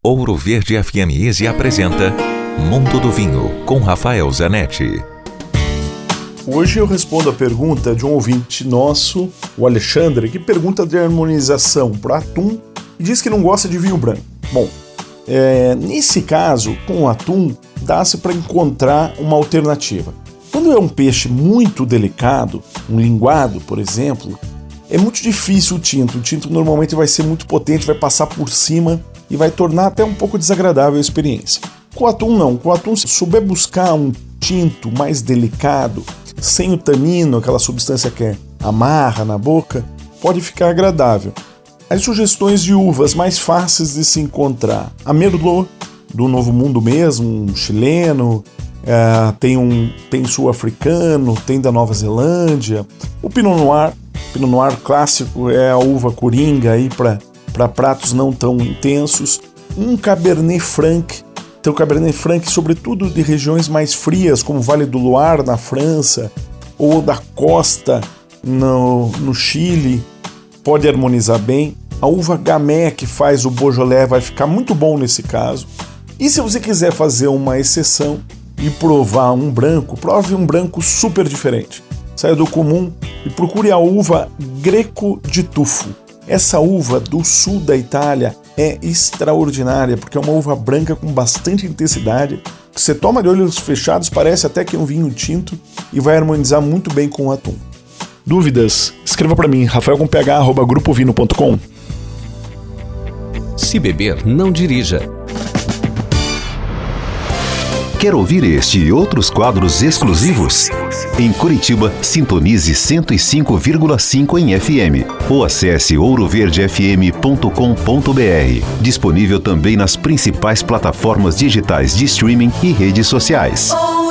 Ouro Verde FM Easy apresenta Mundo do Vinho, com Rafael Zanetti. Hoje eu respondo a pergunta de um ouvinte nosso, o Alexandre, que pergunta de harmonização para atum e diz que não gosta de vinho branco. Bom, nesse caso, com o atum, dá-se para encontrar uma alternativa. Quando é um peixe muito delicado, um linguado, por exemplo, é muito difícil o tinto. O tinto normalmente vai ser muito potente, vai passar por cima e vai tornar até um pouco desagradável a experiência. Com o atum não. Com o atum, se souber buscar um tinto mais delicado, sem o tanino, aquela substância que amarra na boca, pode ficar agradável. As sugestões de uvas mais fáceis de se encontrar: a Merlot, do Novo Mundo mesmo, um chileno, tem sul-africano, tem da Nova Zelândia. O Pinot Noir clássico é a uva coringa aí para pratos não tão intensos. Um Cabernet Franc. Então, o Cabernet Franc, sobretudo de regiões mais frias, como o Vale do Loire, na França, ou da Costa, no Chile, pode harmonizar bem. A uva Gamay, que faz o Beaujolais, vai ficar muito bom nesse caso. E se você quiser fazer uma exceção e provar um branco, prove um branco super diferente. Saia do comum e procure a uva Greco di Tufo. Essa uva do sul da Itália é extraordinária, porque é uma uva branca com bastante intensidade. Você toma de olhos fechados, parece até que é um vinho tinto e vai harmonizar muito bem com o atum. Dúvidas? Escreva para mim, rafael.ph@grupovino.com. Se beber, não dirija. Quer ouvir este e outros quadros exclusivos? Em Curitiba, sintonize 105,5 em FM ou acesse ouroverdefm.com.br. Disponível também nas principais plataformas digitais de streaming e redes sociais.